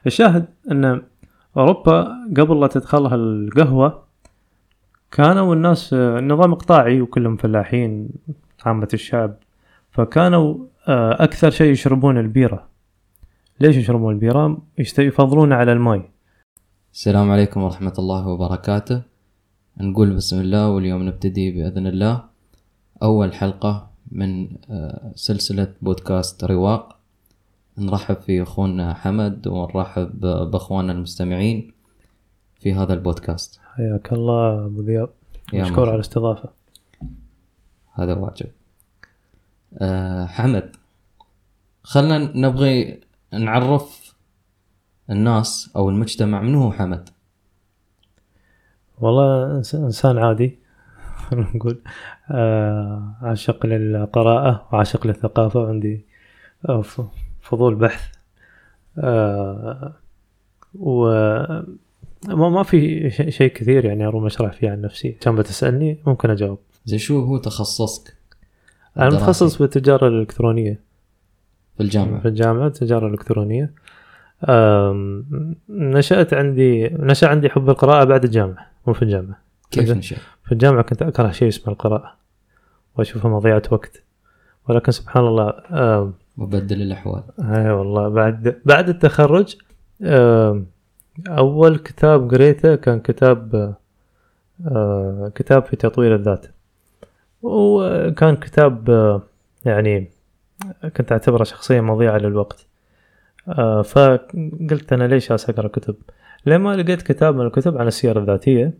الشاهد أن أوروبا قبل لا تدخلها القهوة كانوا الناس نظام إقطاعي وكلهم فلاحين عامة الشعب، فكانوا أكثر شيء يشربون البيرة. ليش يشربون البيرة؟ يفضلون على الماء. السلام عليكم ورحمة الله وبركاته. نقول بسم الله، واليوم نبتدي بإذن الله أول حلقة من سلسلة بودكاست رواق. نرحب في أخونا حمد ونرحب بأخواننا المستمعين في هذا البودكاست. حياك الله أبو ذياب، مشكور على الاستضافة. هذا واجب. حمد، خلنا نبغي نعرف الناس أو المجتمع منه هو حمد. والله إنسان عادي نقول، عاشق للقراءة وعاشق للثقافة، وعندي فضول بحث، وما في شيء كثير يعني أروم أشرح فيه عن نفسي. كان بتسألني ممكن أجاوب. زي شو هو تخصصك؟ أنا متخصص بالتجارة الإلكترونية في الجامعة. في الجامعة التجارة الإلكترونية. نشأ عندي حب القراءة بعد الجامعة، مو في الجامعة. كيف نشأ؟ في الجامعة كنت أكره شيء اسمه القراءة وأشوفها مضيعة وقت، ولكن سبحان الله مبدل الأحوال. أي والله بعد التخرج أول كتاب قريته كان كتاب في تطوير الذات، وكان كتاب يعني كنت أعتبره شخصية مضيعة للوقت. فقلت أنا ليش أقرأ كتب؟ لما لقيت كتاب من الكتب عن السيرة الذاتية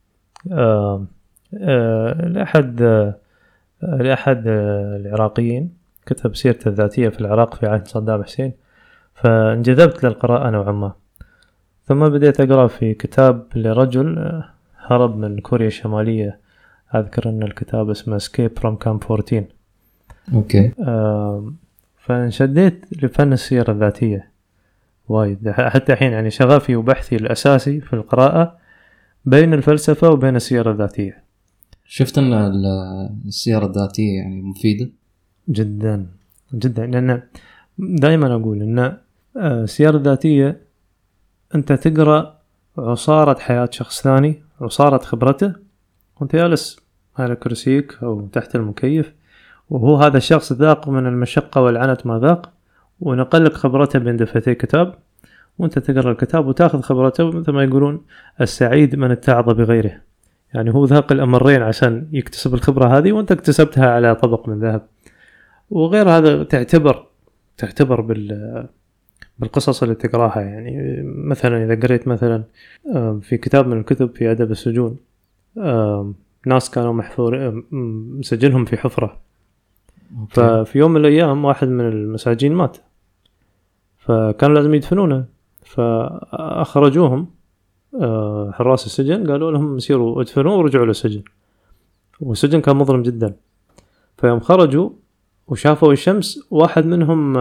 لأحد العراقيين، كتب سيرته الذاتية في العراق في عهد صدام حسين، فانجذبت للقراءة نوعا ما. ثم بديت أقرأ في كتاب لرجل هرب من كوريا الشمالية، أذكر أن الكتاب اسمه Escape from Camp 14. أوكي. فانشديت لفن السيرة الذاتية وايد، حتى الحين يعني شغفي وبحثي الأساسي في القراءة بين الفلسفة وبين السيرة الذاتية. شفت أن السيرة الذاتية يعني مفيدة جدا جدا، لأن دائما أقول أن السيرة الذاتية أنت تقرأ عصارة حياة شخص ثاني، عصارة خبرته، وأنت جالس على كرسيك أو تحت المكيف، وهو هذا الشخص ذاق من المشقة والعنت ما ذاق، ونقلك خبرته بين دفتي كتاب، وأنت تقرأ الكتاب وتأخذ خبرته. مثل ما يقولون السعيد من اتعظ بغيره، يعني هو ذاق الأمرين عشان يكتسب الخبرة هذه، وأنت اكتسبتها على طبق من ذهب. وغير هذا تعتبر بالقصص اللي تقراها. يعني مثلا إذا قريت مثلا في كتاب من الكتب في أدب السجون، ناس كانوا مسجنهم في حفرة. ففي يوم من الأيام واحد من المساجين مات، فكان لازم يدفنونه، فأخرجوهم حراس السجن، قالوا لهم سيروا ادفنوا ورجعوا للسجن، والسجن كان مظلم جدا. فيوم خرجوا وشافوا الشمس، واحد منهم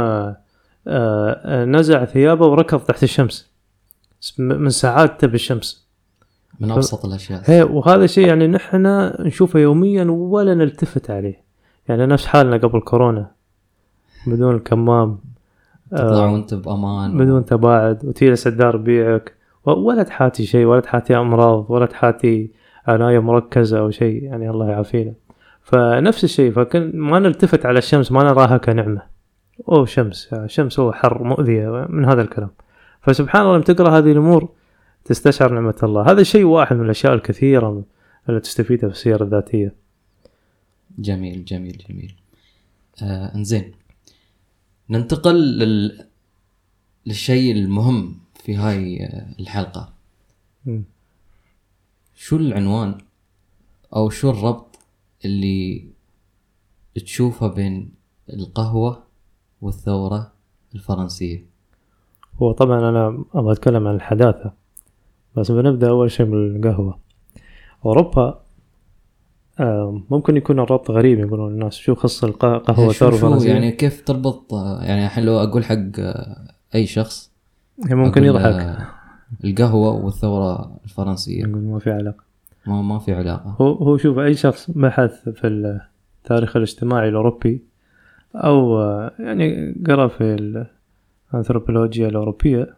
نزع ثيابه وركض تحت الشمس من ساعات بالشمس. من أبسط الأشياء. وهذا الشيء يعني نحن نشوفه يوميا ولا نلتفت عليه، يعني نفس حالنا قبل كورونا، بدون الكمام، تطلع وانت بأمان، بدون تباعد، وتجلس الدار بيعك، ولا تحاتي شيء، ولا تحاتي أمراض، ولا تحاتي عناية مركزة أو شيء، يعني الله يعافينا. فنفس الشيء، فكن ما نلتفت على الشمس، ما نراها كنعمة. أو شمس هو حر مؤذية من هذا الكلام. فسبحان الله لما تقرأ هذه الأمور تستشعر نعمة الله. هذا الشيء واحد من الأشياء الكثيرة اللي تستفيدها في السيرة الذاتية. جميل جميل جميل. انزين، ننتقل للشيء المهم في هاي الحلقة. شو العنوان أو شو الربط اللي تشوفه بين القهوة والثورة الفرنسية؟ هو طبعا أنا أبغى أتكلم عن الحداثة، بس بنبدأ أول شيء بالقهوة. أوروبا ممكن يكون الربط غريب، يقولون الناس شو خص القهوة والثورة الفرنسية، يعني كيف تربط؟ يعني الحين لو أقول حق أي شخص ممكن يضحك. القهوة والثورة الفرنسية، يقول ما في علاقة. ما في علاقة. هو شوف، أي شخص بحث في التاريخ الاجتماعي الأوروبي، أو يعني قرأ في الأنثروبولوجيا الأوروبية،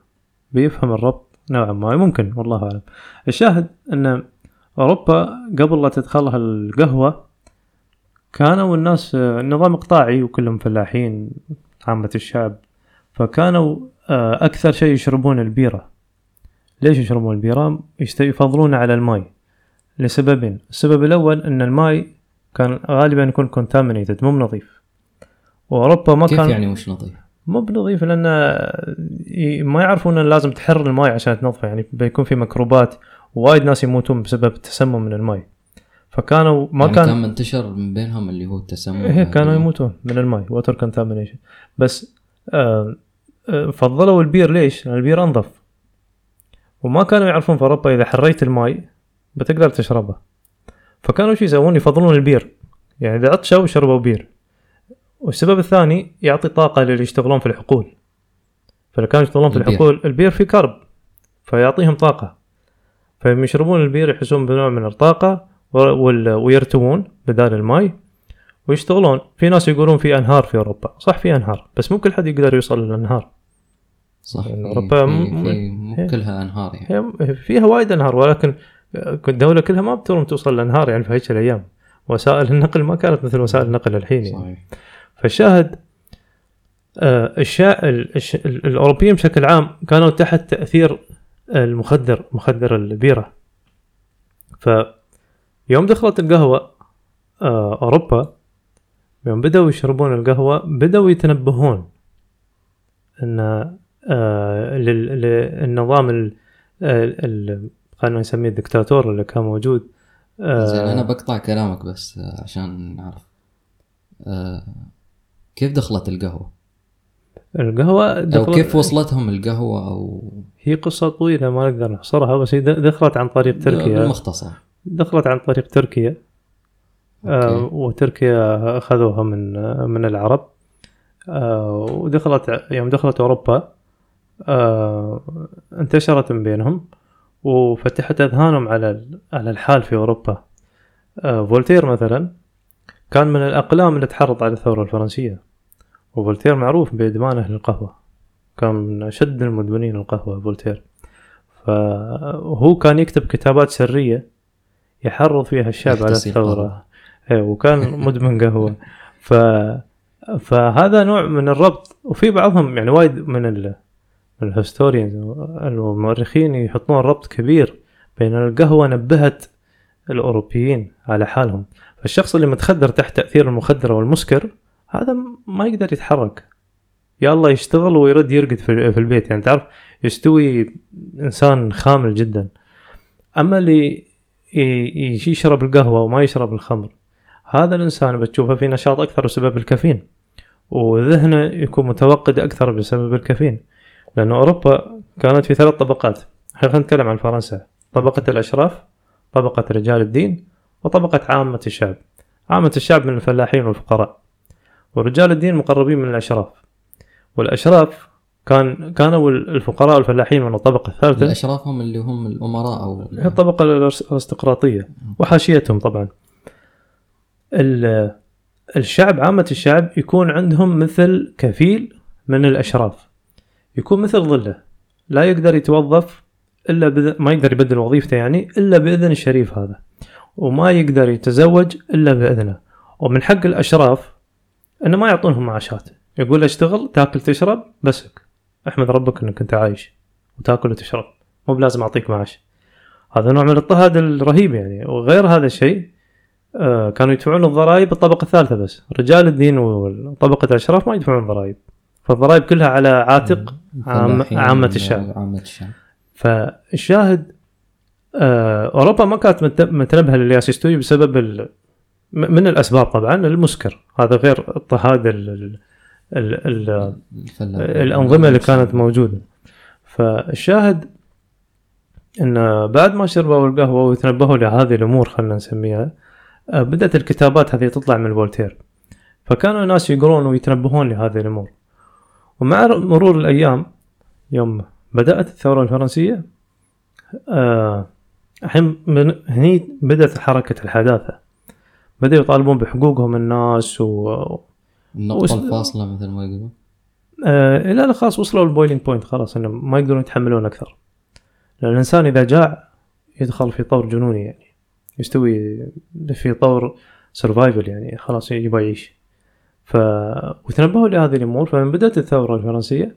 بيفهم الربط نوعا ما، ممكن والله أعلم. الشاهد أن أوروبا قبل لا تدخلها القهوة كانوا الناس نظام إقطاعي وكلهم فلاحين عامة الشعب، فكانوا أكثر شيء يشربون البيرة. ليش يشربون البيرة؟ يفضلون على الماء لسببين. السبب الأول أن الماء كان غالبا يكون contaminated، مو نظيف. وأوروبا ما كيف كان يعني مش نظيف؟ مو بنظيف لأن ما يعرفون أن لازم تحرر الماء عشان تنظفه، يعني بيكون في ميكروبات، ووايد ناس يموتون بسبب التسمم من الماء. فكانوا ما يعني كان منتشر من بينهم اللي هو التسمم. هيك كانوا يموتون من الماء، water contamination. بس فضلوا البير. ليش؟ لأن البير أنظف، وما كانوا يعرفون في أوروبا إذا حريت الماء بتقدر تشربه. فكانوا شو يسوون؟ يفضلون البير، يعني إذا عطشوا يشربوا بير. والسبب الثاني يعطي طاقة للي يشتغلون في الحقول. فلو كانوا يشتغلون في الحقول البير في كرب فيعطيهم طاقة، فيشربون البير يحسون بنوع من الطاقة ويرتوون بدال الماء ويشتغلون. في ناس يقولون في أنهار في أوروبا، صح في أنهار، بس مو كل حد يقدر يوصل للأنهار. صح، يعني أوروبا مو كلها أنهار، يعني فيها وايد أنهار، ولكن الدولة كلها ما بتقدر توصل للأنهار يعني في هيك الأيام. وسائل النقل ما كانت مثل وسائل النقل الحين يعني. صحيح. فالشاهد الأوروبيين بشكل عام كانوا تحت تأثير مخدر البيرة. فيوم دخلت القهوة أوروبا، يوم بدأوا يشربون القهوة بدأوا يتنبهون أن للنظام خلينا نسميه الدكتاتور اللي كان موجود. زين أنا بقطع كلامك بس عشان نعرف كيف دخلت القهوة أو كيف وصلتهم القهوة، أو هي قصة طويلة ما نقدر نحصرها، بس هي دخلت عن طريق تركيا بالمختصر. دخلت عن طريق تركيا. وتركيا أخذوها من العرب. ودخلت يوم دخلت أوروبا انتشرت من بينهم وفتحت أذهانهم على الحال في أوروبا. فولتير مثلا كان من الأقلام اللي تحرض على الثورة الفرنسية، وفولتير معروف بإدمانه للقهوة، كان من أشد المدمنين القهوة فولتير. فهو كان يكتب كتابات سرية يحرض فيها الشعب على الثورة، وكان مدمن قهوة. فهذا نوع من الربط. وفي بعضهم يعني وايد من الهستوريانز المؤرخين يحطون ربط كبير بين القهوة نبهت الأوروبيين على حالهم. فالشخص اللي متخدر تحت تأثير المخدر والمسكر هذا ما يقدر يتحرك، يا الله يشتغل ويرد يرقد في البيت، يعني تعرف يستوي إنسان خامل جدا. أما اللي يشرب القهوة وما يشرب الخمر، هذا الإنسان بتشوفه في نشاط أكثر بسبب الكافيين، وذهنه يكون متوقد أكثر بسبب الكافيين. لأن أوروبا كانت في 3 طبقات. خلينا نتكلم عن فرنسا: طبقة الأشراف، طبقة رجال الدين، وطبقة عامة الشعب. عامة الشعب من الفلاحين والفقراء، ورجال الدين مقربين من الأشراف. والأشراف كانوا الفقراء والفلاحين من الطبقة الثالثة. الأشراف هم اللي هم الأمراء أو الطبقة الأرستقراطية وحاشيتهم. طبعا الشعب، عامة الشعب يكون عندهم مثل كفيل من الأشراف، يكون مثل ظله، لا يقدر يتوظف إلا ما يقدر يبدل وظيفته يعني إلا بإذن الشريف هذا، وما يقدر يتزوج إلا بإذنه. ومن حق الأشراف إنه ما يعطونهم معاشات، يقول اشتغل تاكل تشرب بسك، احمد ربك إنك أنت عايش وتاكل وتشرب، مو بلازم أعطيك معاش. هذا نوع من الاضطهاد الرهيب يعني. وغير هذا الشيء كانوا يدفعون الضرائب الطبقة الثالثة بس، رجال الدين وطبقة الأشراف ما يدفعون ضرائب، فالضرائب كلها على عاتق عامة الشعب. فالشاهد أوروبا ما كانت متنبهة للياس يستوي بسبب من الأسباب طبعا المسكر، هذا غير اضطهاد الأنظمة اللي كانت موجودة. فالشاهد إن بعد ما شربوا القهوة ويتنبهوا لهذه الأمور خلنا نسميها، بدأت الكتابات هذه تطلع من فولتير، فكانوا الناس يقرون ويتنبهون لهذه الأمور. ومع مرور الأيام يوم بدأت الثورة الفرنسية هني بدأت حركة الحداثة، بدأوا يطالبون بحقوقهم الناس النقطة الفاصلة مثل ما يقولون. لا خلاص وصلوا البويلينج بوينت، خلاص انهم ما يقدرون يتحملون اكثر. لان الانسان اذا جاع يدخل في طور جنوني، يعني يستوي في طور سرفايفل، يعني خلاص يبغى يعيش. وتنبهوا لهذه الامور. فمن بدأت الثورة الفرنسية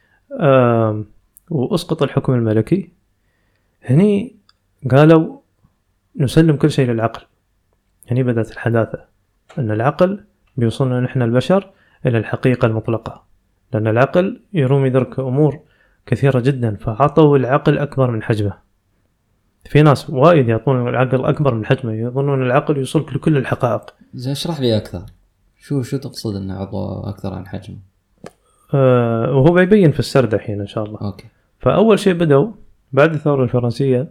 واسقط الحكم الملكي، هني قالوا نسلم كل شيء للعقل. هني بدأت الحداثة، ان العقل بيوصلنا نحن البشر الى الحقيقة المطلقة، لان العقل يروم يدرك امور كثيرة جدا، فعطوا العقل اكبر من حجمه. في ناس وايد يعطون العقل اكبر من حجمه، يظنون العقل يوصل لكل الحقائق. زين اشرح لي اكثر، شو تقصد انه عطوا اكثر عن حجمه؟ وهو بيبين في السرد الحين ان شاء الله. اوكي. فاول شيء بدأوا بعد الثورة الفرنسية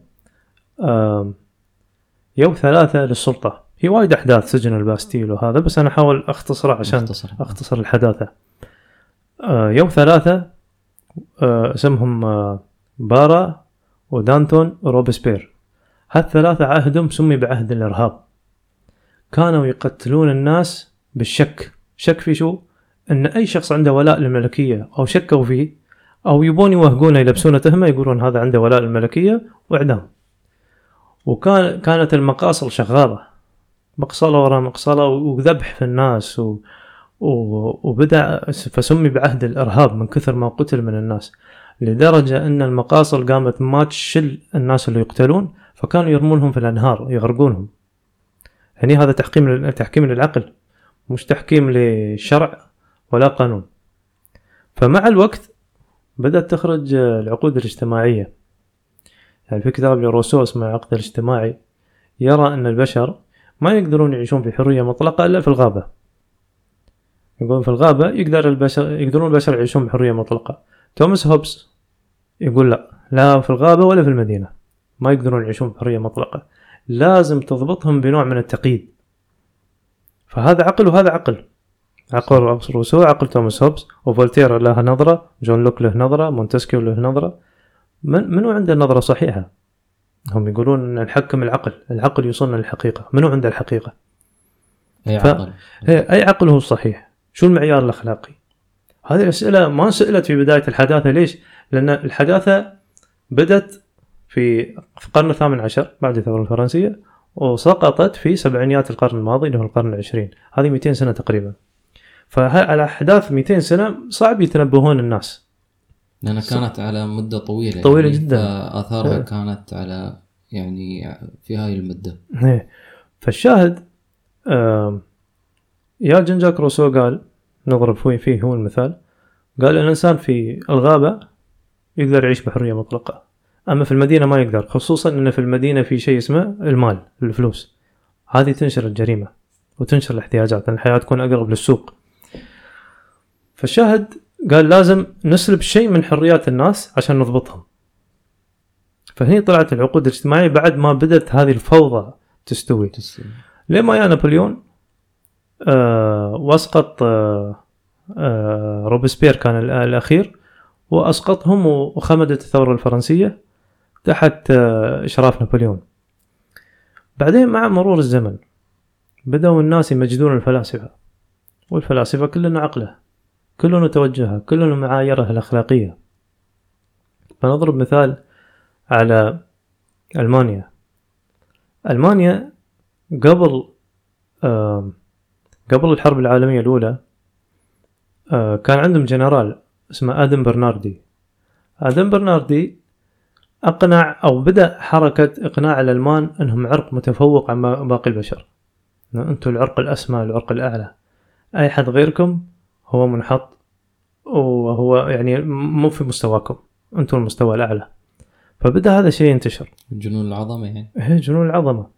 يوم 3 للسلطة. هي وايد احداث، سجن الباستيل وهذا، بس انا احاول اختصره عشان اختصر الحداثة. يوم 3 اسمهم بارا ودانتون وروبسبير. هالثلاثة عهدهم سمي بعهد الإرهاب. كانوا يقتلون الناس بالشك. شك في شو؟ ان اي شخص عنده ولاء للملكية او شكوا فيه او يبون يوهقونه يلبسونه تهمة يقولون هذا عنده ولاء للملكية واعدام. كانت المقاصل شغالة، مقصلة وراء مقصلة وذبح في الناس وبدأ فسمي بعهد الإرهاب من كثر ما قتل من الناس، لدرجة أن المقاصل قامت ما تشل الناس اللي يقتلون، فكانوا يرمونهم في الأنهار يغرقونهم. يعني هذا تحكيم للعقل، مش تحكيم للشرع ولا قانون. فمع الوقت بدأت تخرج العقود الاجتماعية. يعني في كتاب لروسو اسمه العقد الاجتماعي، يرى أن البشر ما يقدرون يعيشون في حرية مطلقة إلا في الغابة. يقول في الغابة يقدرون البشر يعيشون بحرية مطلقة. توماس هوبز يقول لا في الغابة ولا في المدينة ما يقدرون يعيشون بحرية مطلقة، لازم تضبطهم بنوع من التقييد. فهذا عقل وهذا عقل روسو، عقل توماس هوبز، وفولتير له نظرة، جون لوك له نظرة، مونتسكيو له نظرة. منو عنده نظرة صحيحة؟ هم يقولون أن نحكم العقل يوصلنا للحقيقة. منو عنده الحقيقة؟ أي عقل هو الصحيح؟ شو المعيار الأخلاقي؟ هذه الأسئلة ما سئلت في بداية الحداثة. ليش؟ لأن الحداثة بدت في القرن ال18 بعد الثورة الفرنسية، وسقطت في سبعينيات القرن الماضي اللي هو القرن العشرين. هذه 200 سنة تقريبا. فعلى أحداث 200 سنة صعب يتنبهون الناس، لأنها كانت على مدة طويلة يعني جدا. آثارها كانت على يعني في هاي المدة. فالشاهد يا جان جاك روسو قال، نضرب فيه هو المثال، قال الإنسان في الغابة يقدر يعيش بحرية مطلقة، أما في المدينة ما يقدر، خصوصا أن في المدينة في شيء اسمه المال، الفلوس. هذه تنشر الجريمة وتنشر الاحتياجات، الحياة تكون أقرب للسوق. فالشاهد قال لازم نسلب شيء من حريات الناس عشان نضبطهم. فهني طلعت العقود الاجتماعية بعد ما بدأت هذه الفوضى تستوي. لما يا نابليون واسقط روبسبير كان الأخير، وأسقطهم وخمدت الثورة الفرنسية تحت إشراف نابليون. بعدين مع مرور الزمن بدأوا الناس يمجدون الفلاسفة، والفلاسفة كلنا عقله، كلنا توجهه، كلنا معاييره الأخلاقية. فنضرب مثال على ألمانيا قبل الحرب العالمية الأولى كان عندهم جنرال اسمه آدم برناردي أقنع أو بدأ حركة إقناع الألمان أنهم عرق متفوق عن باقي البشر، أنتم العرق الأسمى، العرق الأعلى، أي حد غيركم هو منحط وهو يعني مو في مستواكم، أنتم المستوى الأعلى. فبدأ هذا الشيء ينتشر، جنون العظمة. يعني جنون العظمة.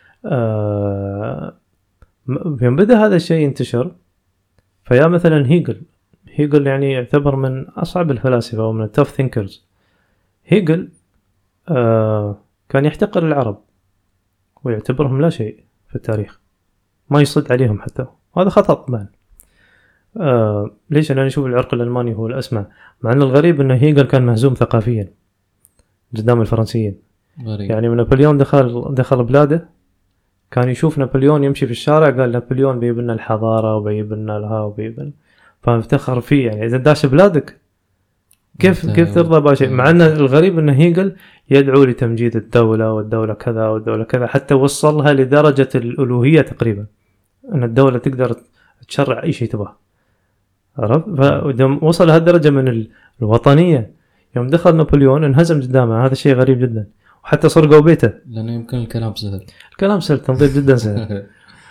يوم بدأ هذا الشيء ينتشر، فيا مثلا هيجل يعني يعتبر من أصعب الفلاسفة ومن التوف ثينكرز. هيجل كان يحتقر العرب ويعتبرهم لا شيء في التاريخ، ما يصد عليهم حتى، وهذا خطأ طبعا. ليش؟ أنا أشوف العرق الألماني هو الأسمى، مع أن الغريب أن هيجل كان مهزوم ثقافيا قدام الفرنسيين. غريب. يعني من نابليون دخل بلاده، كان يشوف نابليون يمشي في الشارع، قال نابليون بيجيب لنا الحضارة وبيجيب لنا لها وبيجيب. فافتخر فيه. يعني اذا داش بلادك كيف ترضى بشيء؟ مع ان الغريب انه هيجل يدعو لتمجيد الدوله والدوله كذا والدوله كذا، حتى وصلها لدرجه الالوهيه تقريبا، ان الدوله تقدر تشرع اي شيء تبغاه. عرفت؟ فوصل لهالدرجه من الوطنيه. يوم دخل نابليون انهزم قدامه، هذا شيء غريب جدا، وحتى صرقوا بيته لانه يمكن الكلام سهل، تنظيف جدا سهل.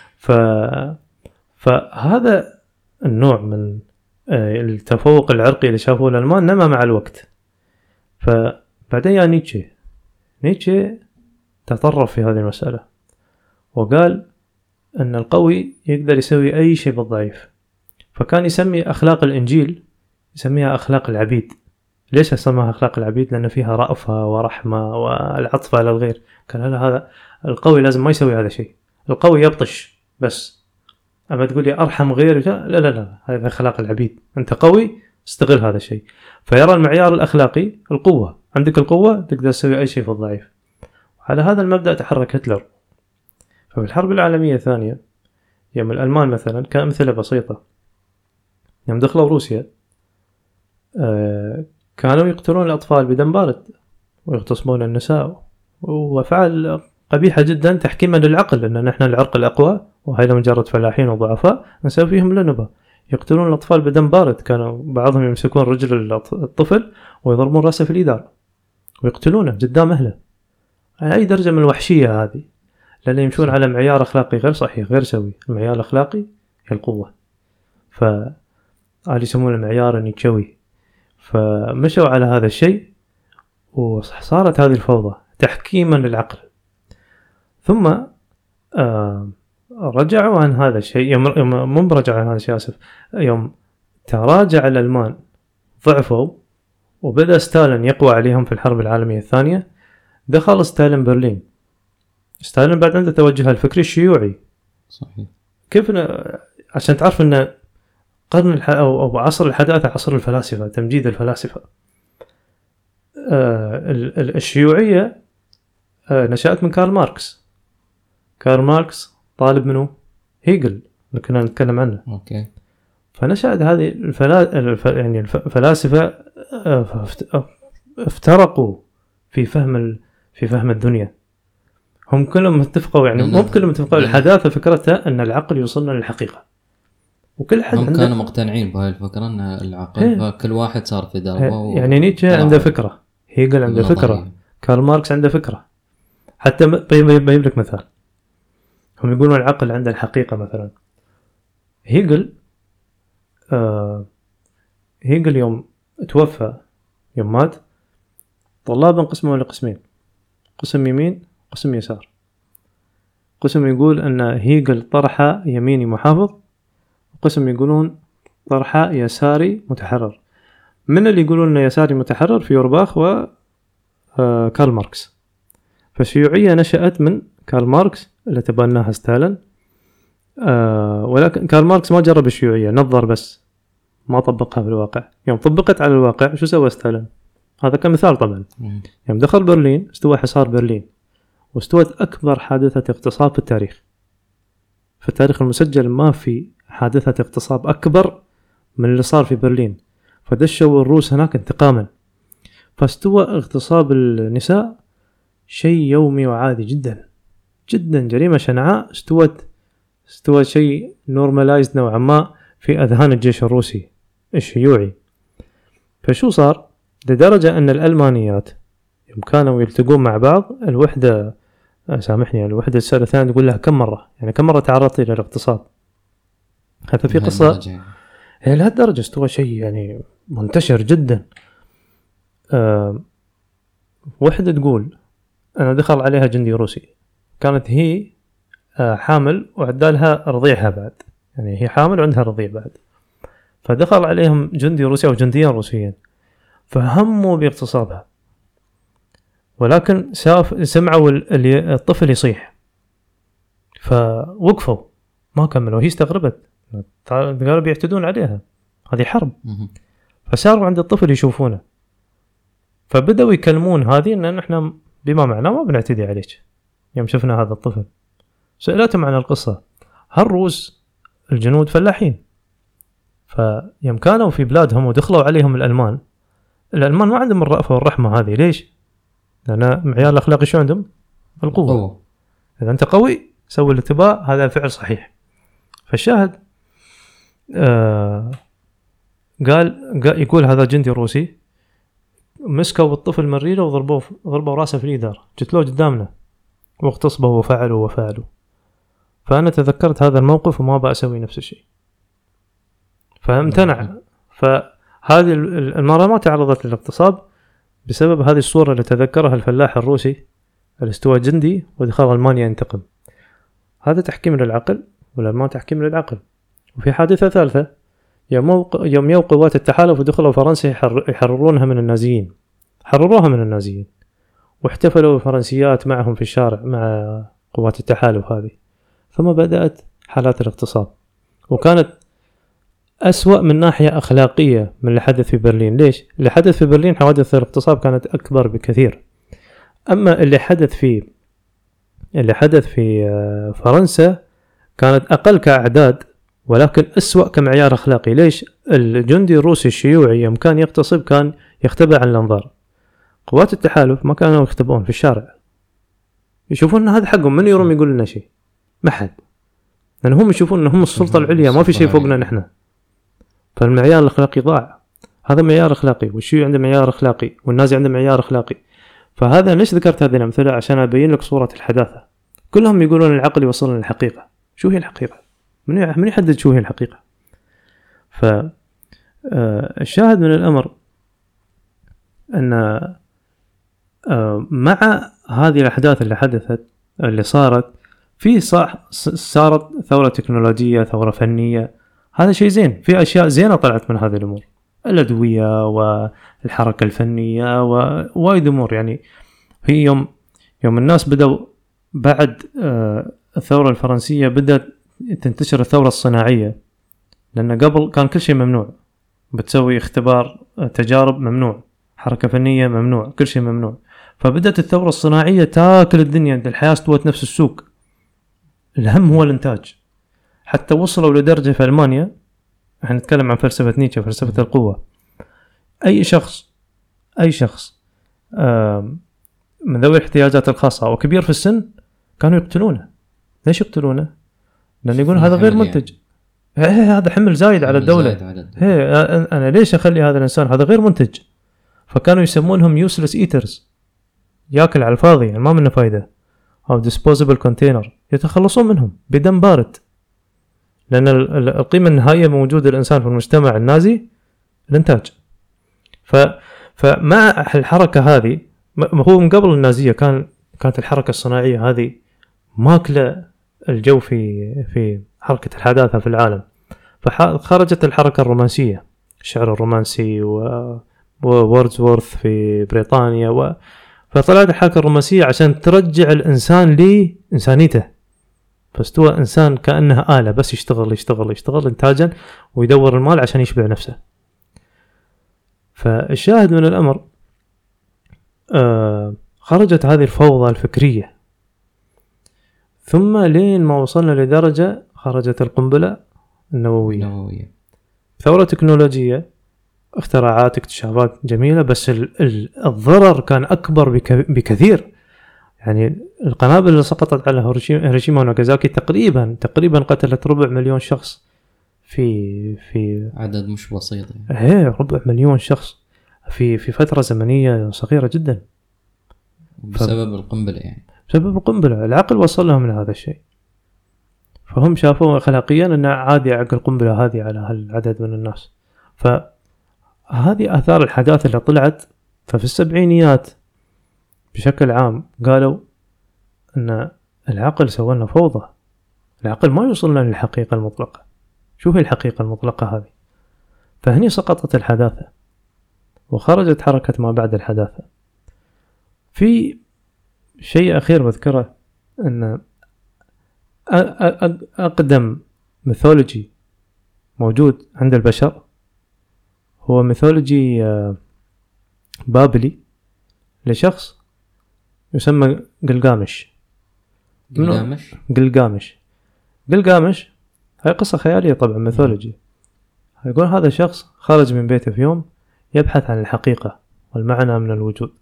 فهذا النوع من التفوق العرقي اللي شافوه الألمان نما مع الوقت. فبعدين يا نيتشه تطرف في هذه المسألة وقال أن القوي يقدر يسوي أي شيء بالضعيف. فكان يسمي أخلاق الإنجيل يسميها أخلاق العبيد. ليش أسميها أخلاق العبيد؟ لأن فيها رأفة ورحمة والعطف على الغير. قال لا، هذا القوي لازم ما يسوي هذا الشيء، القوي يبطش بس. أما تقول لي أرحم غيري، لا، هذا أخلاق العبيد. أنت قوي، استغل هذا الشيء. فيرى المعيار الأخلاقي القوة، عندك القوة تقدر تسوي أي شيء في الضعيف. على هذا المبدأ تحرك هتلر. ففي الحرب العالمية الثانية يوم الألمان مثلا كأمثلة بسيطة، يوم دخلوا روسيا كانوا يقتلون الأطفال بدم بارد ويغتصبون النساء، وفعل قبيحة جدا تحكيما للعقل، لأن نحن العرق الأقوى وهذا مجرد فلاحين وضعفاء نسوي فيهم لنبة. يقتلون الأطفال بدم بارد، كانوا بعضهم يمسكون رجل الطفل ويضربون رأسه في الإدار ويقتلونه قدام أهله. على أي درجة من الوحشية هذه؟ لأن يمشون على معيار أخلاقي غير صحيح غير سوي. المعيار الأخلاقي هي القوة، فهذا يسمونه المعيار النيتشوي. فمشوا على هذا الشيء وصارت هذه الفوضى تحكيما للعقل. ثم رجعوا عن هذا الشيء. يوم رجعوا عن هذا الشيء، يوم تراجع الألمان ضعفوا وبدأ ستالين يقوى عليهم في الحرب العالمية الثانية. دخل ستالين برلين. ستالين بعد عنده توجه الفكري الشيوعي. صحيح. كيف عشان تعرف أن قرن أو عصر الحداثة عصر الفلاسفة، تمجيد الفلاسفة. الشيوعية نشأت من كارل ماركس. كارل ماركس طالب منه هيجل اللي كنا نتكلم عنه. أوكي. فنشأت هذه يعني الفلاسفة افترقوا في فهم الدنيا. هم كلهم اتفقوا، يعني مو كلهم اتفقوا. الحداثة فكرتها أن العقل يوصلنا للحقيقة، وكل حد هم كانوا مقتنعين بهاي الفكرة أن العقل، فكل واحد صار في دربه. يعني نيتشه عنده فكرة، هيجل عنده فكرة، كارل ماركس عنده فكرة. حتى بيجيب لك مثال، هم يقولون العقل عنده الحقيقة مثلا. هيجل يوم توفى، يوم مات، طلاب انقسموا لقسمين، قسم يمين قسم يسار. قسم يقول أن هيجل طرح يميني محافظ، وقسم يقولون طرح يساري متحرر. من اللي يقولون أن يساري متحرر في يورباخ وكارل ماركس. فالشيوعية نشأت من كارل ماركس اللي تبناها ستالين. ولكن كارل ماركس ما جرب الشيوعية، نظر بس، ما طبقها في الواقع. يوم طبقت على الواقع شو سوى ستالين؟ هذا كمثال طبعا. يوم دخل برلين استوى حصار برلين، واستوت أكبر حادثة اغتصاب في التاريخ. في التاريخ المسجل ما في حادثة اغتصاب أكبر من اللي صار في برلين. فدشوا الروس هناك انتقاما. فاستوى اغتصاب النساء شيء يومي وعادي جدا جدا، جريمة شنعاء. استوى شيء نورمالايزد نوعا ما في أذهان الجيش الروسي الشيوعي. فشو صار؟ لدرجة أن الألمانيات يوم كانوا يلتقون مع بعض، الوحدة الثانية تقول لها كم مرة تعرضت إلى الاغتصاب. هذا في قصة هي لهالدرجة استوى شيء يعني منتشر جدا. وحدة تقول أنا دخل عليها جندي روسي، كانت هي حامل وعدالها رضيعها بعد، يعني هي حامل وعندها رضيع بعد. فدخل عليهم جندي روسي أو جنديين روسيين، فهموا باغتصابها، ولكن سمعوا الطفل يصيح فوقفوا ما كملوا. هي استغربت، قالوا بيعتدون عليها، هذه حرب. فساروا عند الطفل يشوفونه، فبدأوا يكلمون هذه أن نحن بما معناه ما بنعتدي عليك. يوم شفنا هذا الطفل سألتهم عن القصة. هالروس الجنود فلاحين، فيوم كانوا في بلادهم ودخلوا عليهم الألمان ما عندهم الرأفة والرحمة هذه. ليش؟ لأن معيار الأخلاقي شو عندهم؟ القوة. إذا أنت قوي سوي اللي تباه، هذا الفعل صحيح. فالشاهد قال يقول هذا جندي روسي مسكوا الطفل مريرة وضربوا راسه في الإدارة، جتلوه قدامنا واغتصبوا وفعلوا. فأنا تذكرت هذا الموقف وما بأسوي نفس الشيء، فامتنع. فهذه المرة ما تعرضت للاغتصاب بسبب هذه الصورة اللي تذكرها الفلاح الروسي اللي استوى جندي ودخل ألمانيا ينتقم. هذا تحكيم للعقل والألمان تحكيم للعقل. وفي حادثة ثالثة، يوم يو قوات التحالف ودخلوا فرنسا يحرروها من النازيين واحتفلوا الفرنسيات معهم في الشارع مع قوات التحالف هذه. ثم بدأت حالات الاغتصاب، وكانت أسوأ من ناحية أخلاقية من اللي حدث في برلين. ليش؟ اللي حدث في برلين حوادث الاغتصاب كانت أكبر بكثير. أما اللي حدث في فرنسا كانت أقل كأعداد ولكن أسوأ كمعيار أخلاقي. ليش؟ الجندي الروسي الشيوعي يوم كان يغتصب كان يختبئ عن الأنظار. قوات التحالف ما كانوا يختبئون في الشارع، يشوفون هذا حقهم، من يروم يقول لنا شيء؟ ما حد، لأن هم يشوفون أنهم السلطة العليا، ما في شيء فوقنا نحن. فالمعيار الأخلاقي ضاع. هذا معيار أخلاقي، والشيوعي عنده معيار أخلاقي، والنازي عنده معيار أخلاقي. فهذا ليش ذكرت هذه الأمثلة؟ عشان أبين لك صورة الحداثة. كلهم يقولون العقل يوصلنا للحقيقة. شو هي الحقيقة؟ من يحدد شو هي الحقيقة؟ فالشاهد من الأمر أن مع هذه الأحداث اللي حدثت اللي صارت صارت ثورة تكنولوجية، ثورة فنية. هذا شيء زين، في أشياء زينة طلعت من هذه الأمور، الأدوية والحركة الفنية ووايد أمور. يعني في يوم الناس بدأوا بعد الثورة الفرنسية بدأت تنتشر الثورة الصناعية، لأن قبل كان كل شيء ممنوع، بتسوي اختبار تجارب ممنوع، حركة فنية ممنوع، كل شيء ممنوع. فبدأت الثورة الصناعية تاكل الدنيا، الحياة استوت نفس السوق، الهم هو الانتاج. حتى وصلوا لدرجة في ألمانيا، احنا نتكلم عن فلسفة نيتشه، فلسفة القوة. أي شخص من ذوي الاحتياجات الخاصة أو كبير في السن كانوا يقتلونه. ليش يقتلونه؟ لأن يقول هذا غير منتج، هذا حمل زايد على الدولة. أنا ليش أخلي هذا الإنسان، هذا غير منتج. فكانوا يسمونهم useless eaters، يأكل على الفاضي، يعني ما منه فايدة، أو disposable container، يتخلصون منهم بدم بارد. لأن القيمة النهائية موجودة الإنسان في المجتمع النازي الإنتاج. فمع الحركة هذه، هو من قبل النازية كانت الحركة الصناعية هذه ماكلة الجو في حركة الحداثة في العالم. فخرجت الحركة الرومانسية، الشعر الرومانسي ووردزورث في بريطانيا، فطلعت الحركة الرومانسية عشان ترجع الإنسان لإنسانيته. فاستوى إنسان كأنها آلة، بس يشتغل إنتاجا ويدور المال عشان يشبع نفسه. فالشاهد من الأمر خرجت هذه الفوضى الفكرية، ثم لين ما وصلنا لدرجة خرجت القنبلة النووية. ثورة تكنولوجية، اختراعات، اكتشافات جميلة، بس الضرر كان أكبر بكثير. يعني القنابل اللي سقطت على هيروشيما وناغازاكي تقريبا قتلت 250,000 شخص في عدد مش بسيط يعني. 250,000 شخص في فترة زمنية صغيرة جدا، بسبب القنبلة. يعني بسبب القنبلة العقل وصل لهم من هذا الشيء، فهم شافوا أخلاقيا أن عادي عقل قنبلة هذه على هالعدد من الناس. فهذه آثار الحداثة اللي طلعت. ففي السبعينيات بشكل عام قالوا أن العقل سوى لنا فوضى، العقل ما يوصلنا للحقيقة المطلقة. شو هي الحقيقة المطلقة هذه؟ فهني سقطت الحداثة وخرجت حركة ما بعد الحداثة. في شيء أخير بذكره، أن أقدم ميثولوجي موجود عند البشر هو ميثولوجي بابلي لشخص يسمى قلقامش. قلقامش هاي قصة خيالية طبعا، ميثولوجي. يقول هذا الشخص خرج من بيته في يوم يبحث عن الحقيقة والمعنى من الوجود،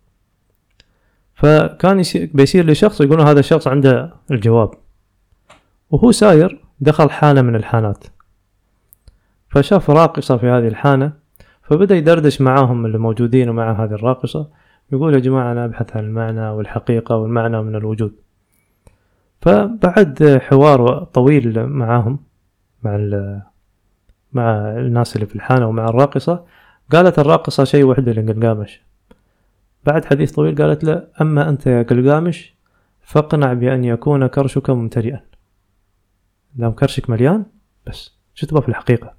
فكان بيصير لشخص يقولون هذا الشخص عنده الجواب، وهو ساير دخل حانة من الحانات، فشاف راقصة في هذه الحانة، فبدأ يدردش معاهم اللي موجودين ومع هذه الراقصة، يقول يا جماعة أنا أبحث عن المعنى والحقيقة والمعنى من الوجود. فبعد حوار طويل معاهم مع الناس اللي في الحانة ومع الراقصة، قالت الراقصة شيء وحده لقلقامش. بعد حديث طويل قالت له أما أنت يا قلقامش فاقنع بأن يكون كرشك ممتلئا، دام كرشك مليان بس شو تبغى في الحقيقة.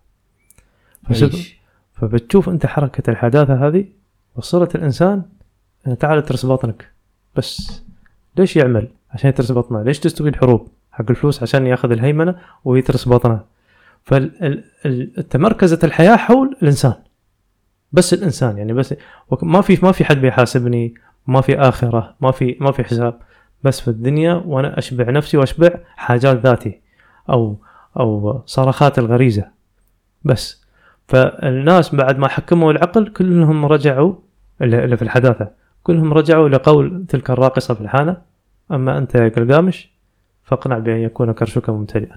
فبتشوف أنت حركة الحداثة هذه وصلت الإنسان تعال اترس بطنك، بس ليش يعمل عشان يترس بطنه؟ ليش تستوي الحروب حق الفلوس عشان ياخذ الهيمنة ويترس بطنه؟ فالتمركزت الحياة حول الإنسان، بس الإنسان يعني، بس ما في حد بيحاسبني، ما في آخرة، ما في حساب، بس في الدنيا وأنا أشبع نفسي وأشبع حاجات ذاتي أو صرخات الغريزة بس. فالناس بعد ما حكموا العقل كلهم رجعوا اللي في الحداثة، كلهم رجعوا لقول تلك الراقصة في الحانة أما أنت يا قلقامش فاقنع بأن يكون كرشك ممتلئا.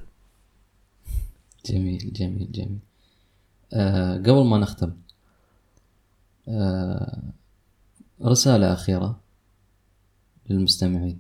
جميل جميل جميل. قبل ما نختم رسالة أخيرة للمستمعين.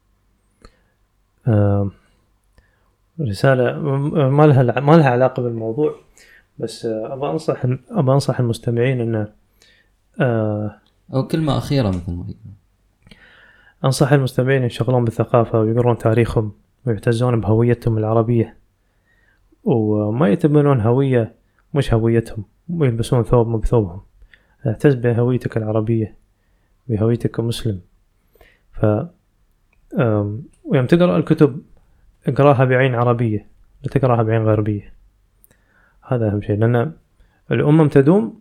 رسالة ما لها علاقة بالموضوع، بس أبغى أنصح المستمعين إنه أو كلمة أخيرة مثل ما يقول. أنصح المستمعين يشغلون بالثقافة ويقرون تاريخهم ويعتزون بهويتهم العربية، وما يتبنون هوية مش هويتهم ويلبسون ثوب مو بثوبهم. اعتز بهويتك العربية، بهويتك كمسلم. ويوم تقرأ الكتب اقراها بعين عربية لا تقراها بعين غربية، هذا أهم شيء، لأن الأمم تدوم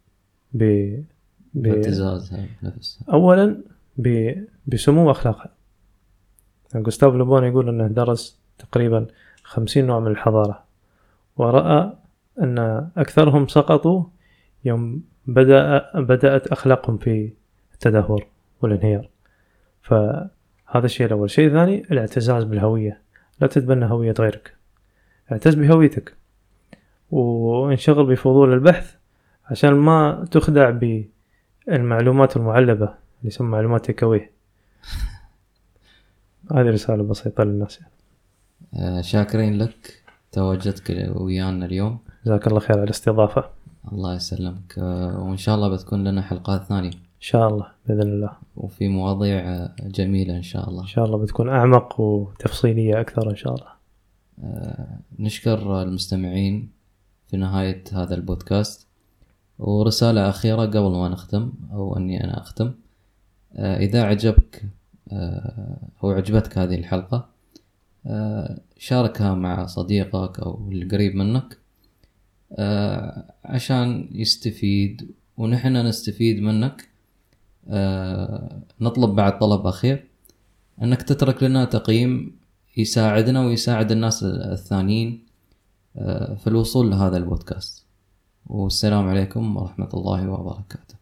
باعتزازها نفسها أولا بسمو أخلاقها. يعني غوستاف لوبون يقول أنه درس تقريبا 50 نوع من الحضارة، ورأى أن أكثرهم سقطوا يوم بدأت أخلاقهم في التدهور والانهيار. فهذا الشيء الأول. شيء ثاني الاعتزاز بالهوية، لا تتبنى هوية غيرك، اعتز بهويتك وانشغل بفضول البحث عشان ما تخدع بالمعلومات المعلبة اللي يسمى معلومات تيكاويه. هذه رسالة بسيطة للناس يعني. شاكرين لك تواجدك ويانا اليوم. جزاك الله خير على الاستضافة. الله يسلمك. وإن شاء الله بتكون لنا حلقات ثانية إن شاء الله بإذن الله، وفي مواضيع جميلة إن شاء الله. إن شاء الله بتكون أعمق وتفصيلية أكثر إن شاء الله. نشكر المستمعين في نهاية هذا البودكاست. ورسالة أخيرة قبل ما نختم أو أني أنا أختم، إذا عجبك أو عجبتك هذه الحلقة شاركها مع صديقك أو القريب منك عشان يستفيد ونحن نستفيد منك. نطلب بعد طلب أخير أنك تترك لنا تقييم يساعدنا ويساعد الناس الثانيين في الوصول لهذا البودكاست. والسلام عليكم ورحمة الله وبركاته.